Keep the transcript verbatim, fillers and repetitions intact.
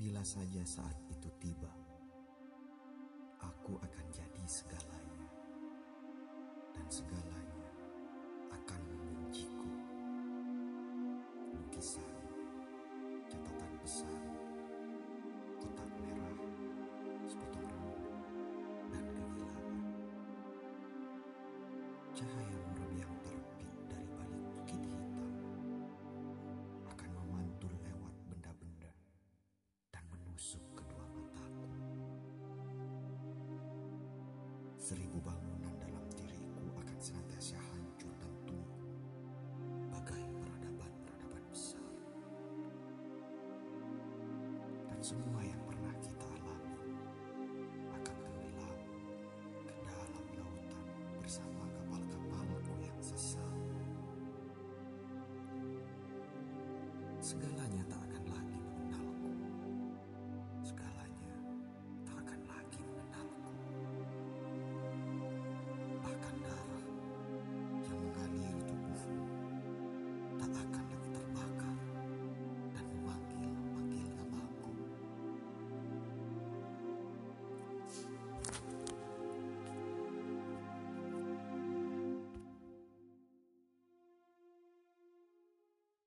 Bila saja saat itu tiba, aku akan jadi segalanya, dan segalanya akan membenciku. Lukisan, catatan pesan, kotak merah, sepotong rambut, dan kehilangan. Cahaya muram yang terbit dari balik bukit hitam akan memantul lewat benda-benda dan menusuk kedua mataku. Seribu bangunan dalam diriku akan senantiasa hancur dan tumbuh bagai peradaban-peradaban besar. Dan semua yang pernah kita alami akan tenggelam ke dalam lautan bersama kapal-kapalku yang sesat. Segalanya